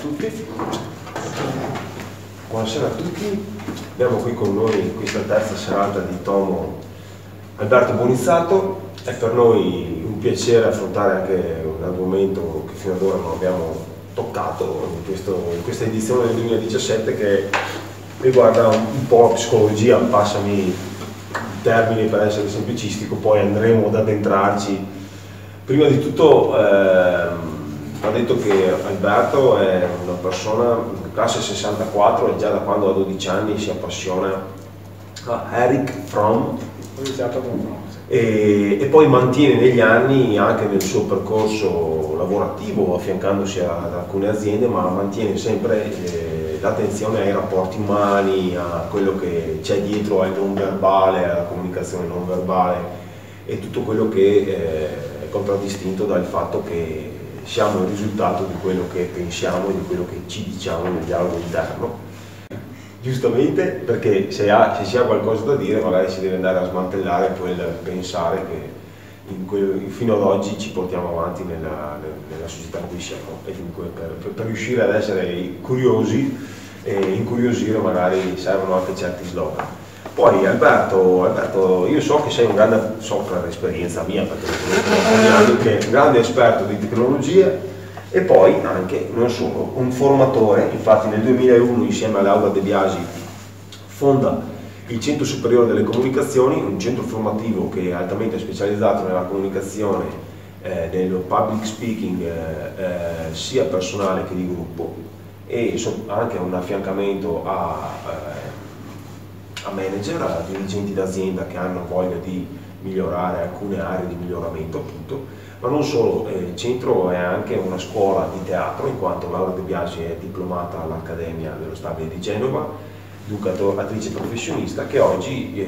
tutti. Buonasera a tutti. Abbiamo qui con noi questa terza serata di Tomo Alberto Bonizzato. È per noi un piacere affrontare anche un argomento che fino ad ora non abbiamo toccato in questa edizione del 2017, che riguarda un po' la psicologia, passami il termine per essere semplicistico, poi andremo ad addentrarci. Prima di tutto ha detto che Alberto è una persona classe 64 e già da quando ha 12 anni si appassiona a Erich Fromm e poi mantiene negli anni, anche nel suo percorso lavorativo, affiancandosi ad alcune aziende, ma mantiene sempre l'attenzione ai rapporti umani, a quello che c'è dietro al non verbale, alla comunicazione non verbale e tutto quello che è contraddistinto dal fatto che siamo il risultato di quello che pensiamo e di quello che ci diciamo nel dialogo interno. Giustamente, perché se si ha qualcosa da dire magari si deve andare a smantellare quel pensare che fino ad oggi ci portiamo avanti nella società in cui siamo, e dunque per riuscire ad essere curiosi e incuriosire magari servono anche certi slogan. Poi Alberto, io so che sei un grande, so per esperienza mia, perché che è un grande esperto di tecnologie e poi anche, non solo, un formatore. Infatti nel 2001 insieme a Laura De Biasi fonda il Centro Superiore delle Comunicazioni, un centro formativo che è altamente specializzato nella comunicazione, nello public speaking sia personale che di gruppo, e anche un affiancamento a manager, a dirigenti d'azienda che hanno voglia di migliorare alcune aree di miglioramento, appunto. Ma non solo, il centro è anche una scuola di teatro, in quanto Laura De Biasi è diplomata all'Accademia dello Stabile di Genova, attrice professionista, che oggi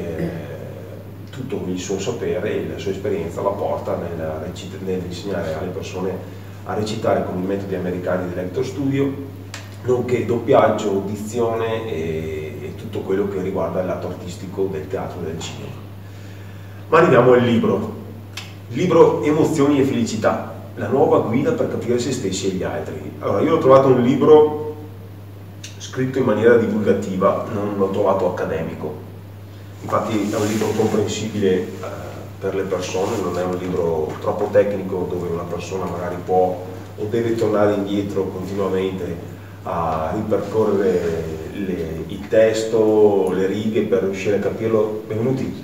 tutto il suo sapere e la sua esperienza la porta nell'insegnare alle persone a recitare con i metodi americani dell'Actor Studio, nonché doppiaggio, dizione e tutto quello che riguarda il lato artistico del teatro e del cinema. Ma arriviamo al libro. Libro Emozioni e Felicità, la nuova guida per capire se stessi e gli altri. Allora, io ho trovato un libro scritto in maniera divulgativa, non l'ho trovato accademico. Infatti è un libro comprensibile per le persone, non è un libro troppo tecnico dove una persona magari può o deve tornare indietro continuamente a ripercorrere il testo, le righe per riuscire a capirlo. Benvenuti.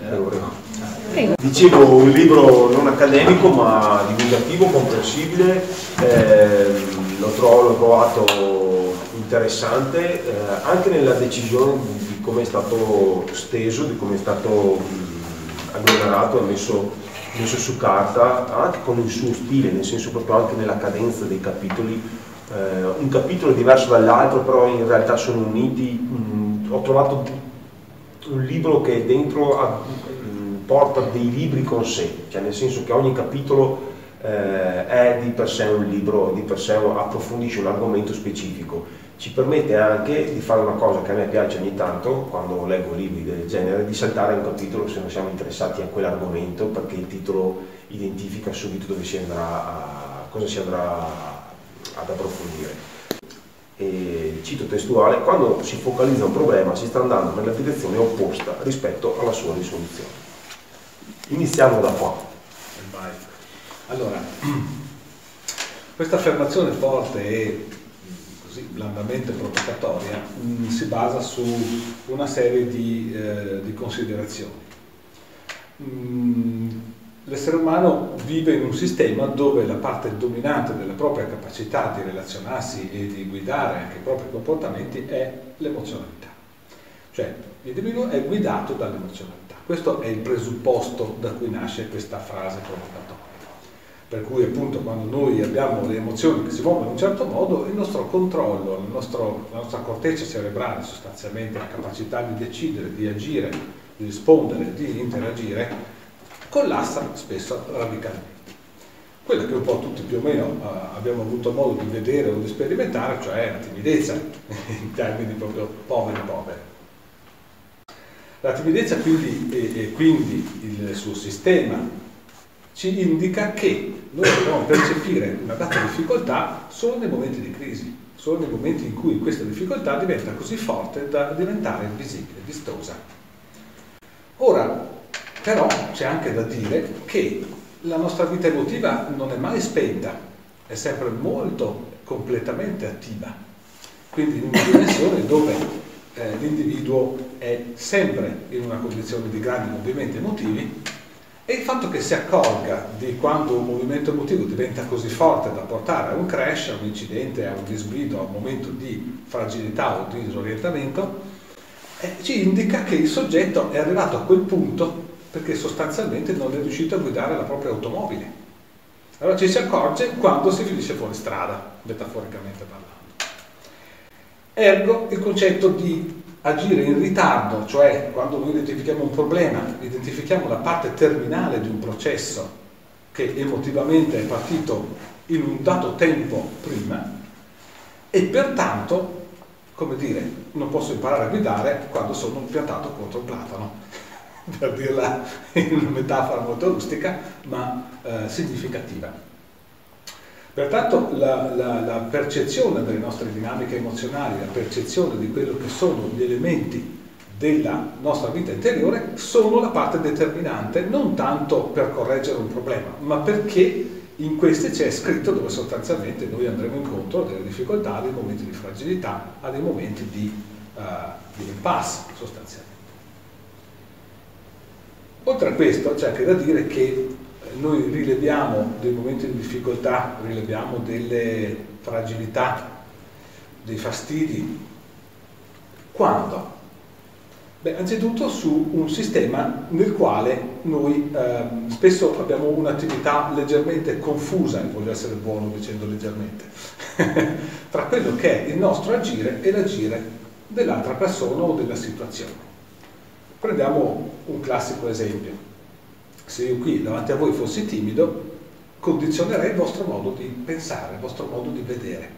Dicevo, un libro non accademico ma divulgativo, comprensibile, l'ho trovato interessante anche nella decisione di come è stato steso, di come è stato agglomerato e messo su carta, anche con il suo stile, nel senso proprio anche nella cadenza dei capitoli. Un capitolo è diverso dall'altro, però in realtà sono uniti. Ho trovato un libro che dentro porta dei libri con sé, cioè nel senso che ogni capitolo è di per sé un libro, di per sé approfondisce un argomento specifico. Ci permette anche di fare una cosa che a me piace ogni tanto quando leggo libri del genere, di saltare un capitolo se non siamo interessati a quell'argomento, perché il titolo identifica subito dove cosa si andrà ad approfondire. E cito testuale: quando si focalizza un problema si sta andando nella direzione opposta rispetto alla sua risoluzione. Iniziamo da qua. Allora, questa affermazione forte e così blandamente provocatoria si basa su una serie di considerazioni. L'essere umano vive in un sistema dove la parte dominante della propria capacità di relazionarsi e di guidare anche i propri comportamenti è l'emozionalità. Cioè, l'individuo è guidato dall'emozionalità. Questo è il presupposto da cui nasce questa frase provocatoria. Per cui appunto quando noi abbiamo le emozioni che si muovono in un certo modo, il nostro controllo, la nostra corteccia cerebrale, sostanzialmente la capacità di decidere, di agire, di rispondere, di interagire, collassa spesso radicalmente. Quella che un po' tutti più o meno abbiamo avuto modo di vedere o di sperimentare, cioè la timidezza, in termini proprio poveri. La timidezza quindi il suo sistema ci indica che noi dobbiamo percepire una data difficoltà solo nei momenti di crisi, solo nei momenti in cui questa difficoltà diventa così forte da diventare invisibile, vistosa. Ora, però, c'è anche da dire che la nostra vita emotiva non è mai spenta, è sempre molto, completamente attiva. Quindi in una dimensione dove l'individuo è sempre in una condizione di grandi movimenti emotivi, e il fatto che si accorga di quando un movimento emotivo diventa così forte da portare a un crash, a un incidente, a un disguido, a un momento di fragilità o di disorientamento, ci indica che il soggetto è arrivato a quel punto perché sostanzialmente non è riuscito a guidare la propria automobile. Allora ci si accorge quando si finisce fuori strada, metaforicamente parlando. Ergo, il concetto di agire in ritardo, cioè quando noi identifichiamo un problema, identifichiamo la parte terminale di un processo che emotivamente è partito in un dato tempo prima, e pertanto, come dire, non posso imparare a guidare quando sono piantato contro un platano, per dirla in una metafora molto rustica, ma significativa. Pertanto la percezione delle nostre dinamiche emozionali, la percezione di quello che sono gli elementi della nostra vita interiore sono la parte determinante, non tanto per correggere un problema, ma perché in queste c'è scritto dove sostanzialmente noi andremo incontro a delle difficoltà, a dei momenti di fragilità, a dei momenti di impasse sostanzialmente. Oltre a questo c'è anche da dire che noi rileviamo dei momenti di difficoltà, rileviamo delle fragilità, dei fastidi. Quando? Beh, anzitutto su un sistema nel quale noi spesso abbiamo un'attività leggermente confusa, e voglio essere buono dicendo leggermente, tra quello che è il nostro agire e l'agire dell'altra persona o della situazione. Prendiamo un classico esempio. Se io qui davanti a voi fossi timido, condizionerei il vostro modo di pensare, il vostro modo di vedere.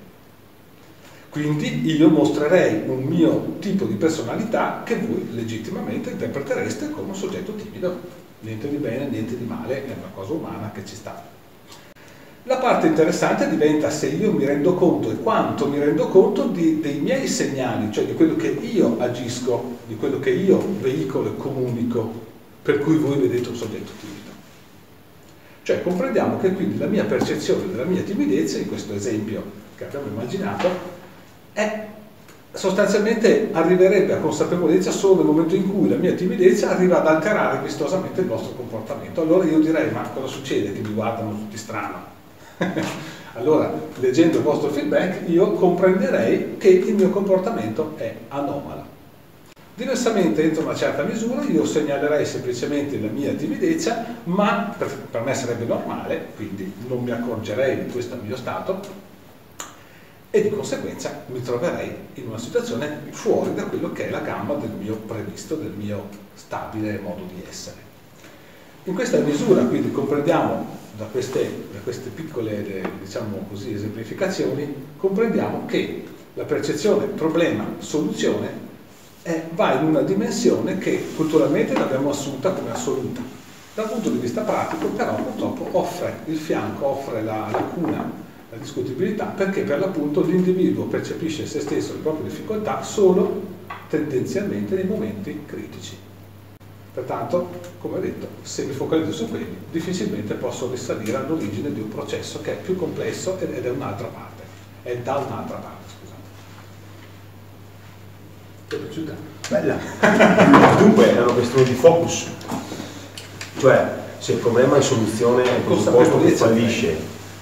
Quindi io mostrerei un mio tipo di personalità che voi legittimamente interpretereste come un soggetto timido. Niente di bene, niente di male, è una cosa umana che ci sta. La parte interessante diventa se io mi rendo conto e quanto mi rendo conto dei miei segnali, cioè di quello che io agisco, di quello che io veicolo e comunico, per cui voi vedete un soggetto timido. Cioè comprendiamo che quindi la mia percezione della mia timidezza, in questo esempio che abbiamo immaginato, è sostanzialmente arriverebbe a consapevolezza solo nel momento in cui la mia timidezza arriva ad alterare vistosamente il vostro comportamento. Allora io direi, ma cosa succede che mi guardano tutti strano? Allora, leggendo il vostro feedback, io comprenderei che il mio comportamento è anomalo. Diversamente, entro una certa misura, io segnalerei semplicemente la mia timidezza, ma per me sarebbe normale, quindi non mi accorgerei di questo mio stato e di conseguenza mi troverei in una situazione fuori da quello che è la gamma del mio previsto, del mio stabile modo di essere. In questa misura, quindi, comprendiamo da queste piccole, diciamo così, esemplificazioni, comprendiamo che la percezione problema-soluzione va in una dimensione che culturalmente l'abbiamo assunta come assoluta. Dal punto di vista pratico però purtroppo offre il fianco, offre la lacuna, la discutibilità, perché per l'appunto l'individuo percepisce se stesso le proprie difficoltà solo tendenzialmente nei momenti critici. Pertanto, come ho detto, se mi focalizzo su quelli, difficilmente posso risalire all'origine di un processo che è più complesso ed è un'altra parte, è da un'altra parte. Ti è piaciuta? Bella. Dunque è una questione di focus, cioè se il problema è soluzione è un posto che fallisce,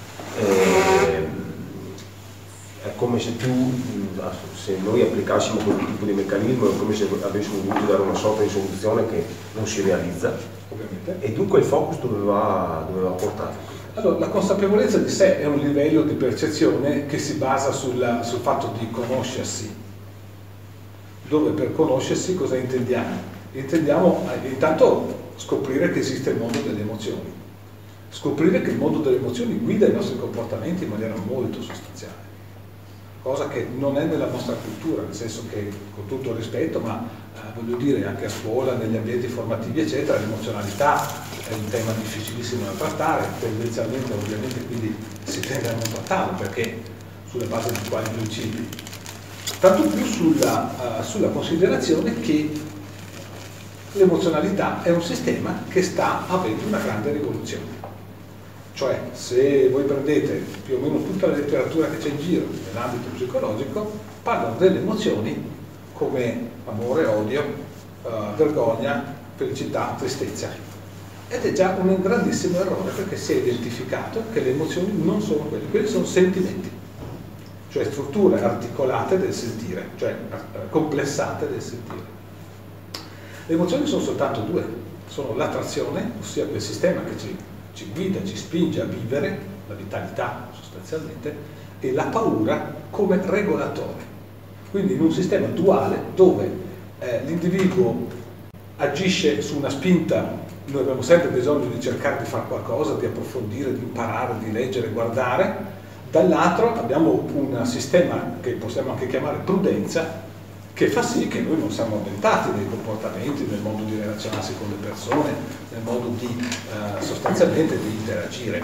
è come se se noi applicassimo quel tipo di meccanismo è come se avessimo voluto dare una sorta di soluzione che non si realizza, ovviamente, e dunque il focus doveva portare. Allora, la consapevolezza di sé è un livello di percezione che si basa sul fatto di conoscersi, dove per conoscersi cosa intendiamo? Intendiamo intanto scoprire che esiste il mondo delle emozioni, scoprire che il mondo delle emozioni guida i nostri comportamenti in maniera molto sostanziale, cosa che non è nella nostra cultura, nel senso che, con tutto il rispetto, ma voglio dire anche a scuola, negli ambienti formativi eccetera, l'emozionalità è un tema difficilissimo da trattare, tendenzialmente ovviamente quindi si tende a non trattarlo perché sulla base di quali principi? Tanto più sulla considerazione che l'emozionalità è un sistema che sta avendo una grande rivoluzione. Cioè, se voi prendete più o meno tutta la letteratura che c'è in giro nell'ambito psicologico, parlano delle emozioni come amore, odio, vergogna, felicità, tristezza. Ed è già un grandissimo errore, perché si è identificato che le emozioni non sono quelle, quelli sono sentimenti, cioè strutture articolate del sentire, cioè complessate del sentire. Le emozioni sono soltanto due, sono l'attrazione, ossia quel sistema che ci guida, ci spinge a vivere, la vitalità sostanzialmente, e la paura come regolatore. Quindi in un sistema duale dove l'individuo agisce su una spinta, noi abbiamo sempre bisogno di cercare di fare qualcosa, di approfondire, di imparare, di leggere, guardare, dall'altro abbiamo un sistema che possiamo anche chiamare prudenza, che fa sì che noi non siamo avventati nei comportamenti, nel modo di relazionarsi con le persone, nel modo di sostanzialmente di interagire.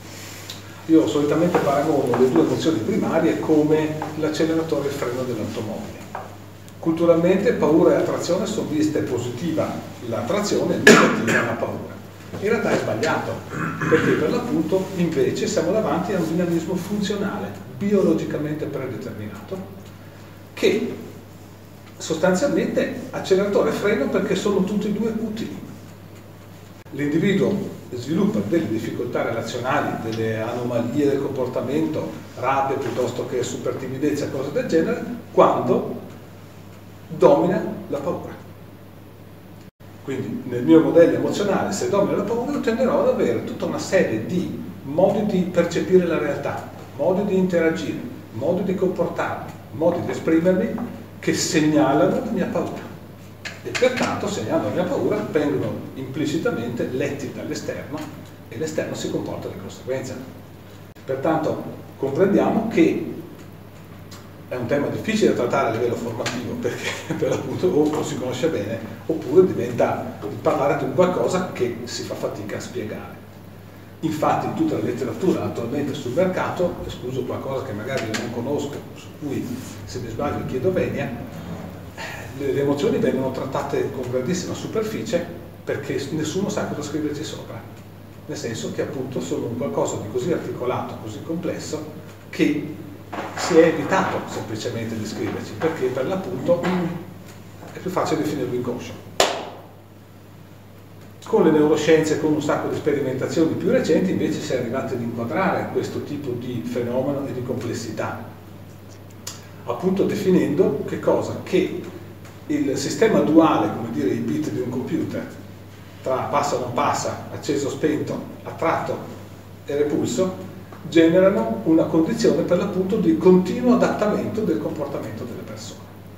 Io solitamente paragono le due emozioni primarie come l'acceleratore e il freno dell'automobile. Culturalmente paura e attrazione sono viste positiva l'attrazione e negativa la paura. In realtà è sbagliato, perché per l'appunto invece siamo davanti a un dinamismo funzionale, biologicamente predeterminato, che sostanzialmente acceleratore e freno perché sono tutti e due utili. L'individuo sviluppa delle difficoltà relazionali, delle anomalie del comportamento, rabbia piuttosto che super timidezza, cose del genere, quando domina la paura. Quindi nel mio modello emozionale, se domina la paura, io tenderò ad avere tutta una serie di modi di percepire la realtà, modi di interagire, modi di comportarmi, modi di esprimermi che segnalano la mia paura. E pertanto, segnalando la mia paura, vengono implicitamente letti dall'esterno e l'esterno si comporta di conseguenza. Pertanto comprendiamo che è un tema difficile da trattare a livello formativo, perché per l'appunto o lo si conosce bene oppure diventa parlare di un qualcosa che si fa fatica a spiegare. Infatti in tutta la letteratura attualmente sul mercato, escluso qualcosa che magari io non conosco, su cui se mi sbaglio chiedo venia, le emozioni vengono trattate con grandissima superficie perché nessuno sa cosa scriverci sopra. Nel senso che appunto sono un qualcosa di così articolato, così complesso, che si è evitato semplicemente di scriverci, perché per l'appunto è più facile definirlo inconscio. Con le neuroscienze, con un sacco di sperimentazioni più recenti, invece si è arrivati ad inquadrare questo tipo di fenomeno e di complessità, appunto definendo che cosa? Che il sistema duale, come dire i bit di un computer, tra passa o non passa, acceso o spento, attratto e repulso, generano una condizione per l'appunto di continuo adattamento del comportamento delle persone.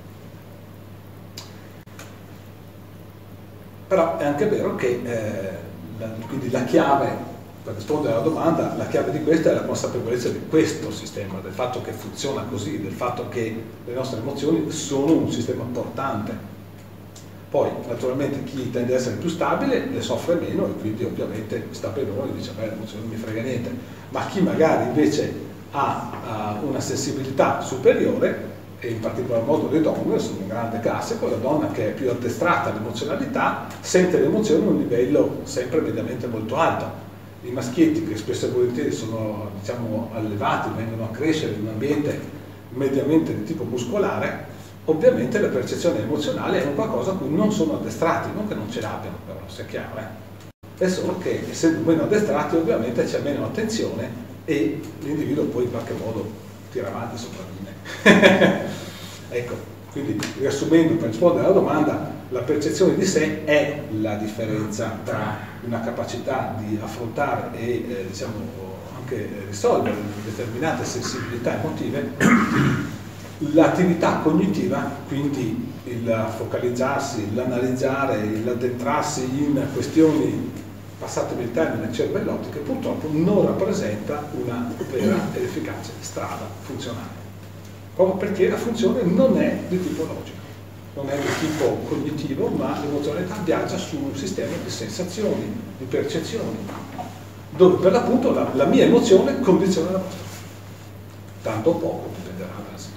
Però è anche vero che quindi la chiave, per rispondere alla domanda, la chiave di questa è la consapevolezza di questo sistema, del fatto che funziona così, del fatto che le nostre emozioni sono un sistema portante. Poi, naturalmente, chi tende ad essere più stabile le soffre meno e quindi ovviamente sta benone e dice, beh, l'emozione non mi frega niente. Ma chi magari invece ha una sensibilità superiore, e in particolar modo le donne sono un grande classico, la donna che è più addestrata all'emozionalità sente le emozioni a un livello sempre mediamente molto alto. I maschietti, che spesso e volentieri sono, diciamo, allevati, vengono a crescere in un ambiente mediamente di tipo muscolare, ovviamente la percezione emozionale è un qualcosa a cui non sono addestrati, non che non ce l'abbiano, però sia chiaro, è solo che essendo meno addestrati ovviamente c'è meno attenzione e l'individuo poi in qualche modo tira avanti e sopravvive. Ecco, quindi riassumendo, per rispondere alla domanda, la percezione di sé è la differenza tra una capacità di affrontare e diciamo anche risolvere determinate sensibilità emotive, l'attività cognitiva, quindi il focalizzarsi, l'analizzare, l'addentrarsi in questioni, passatemi il termine, cervellotiche, purtroppo non rappresenta una vera ed efficace strada funzionale. Proprio perché la funzione non è di tipo logico, non è di tipo cognitivo, ma l'emozionalità viaggia su un sistema di sensazioni, di percezioni, dove per l'appunto la mia emozione condiziona la vostra. tanto o poco dipenderà dalla situazione.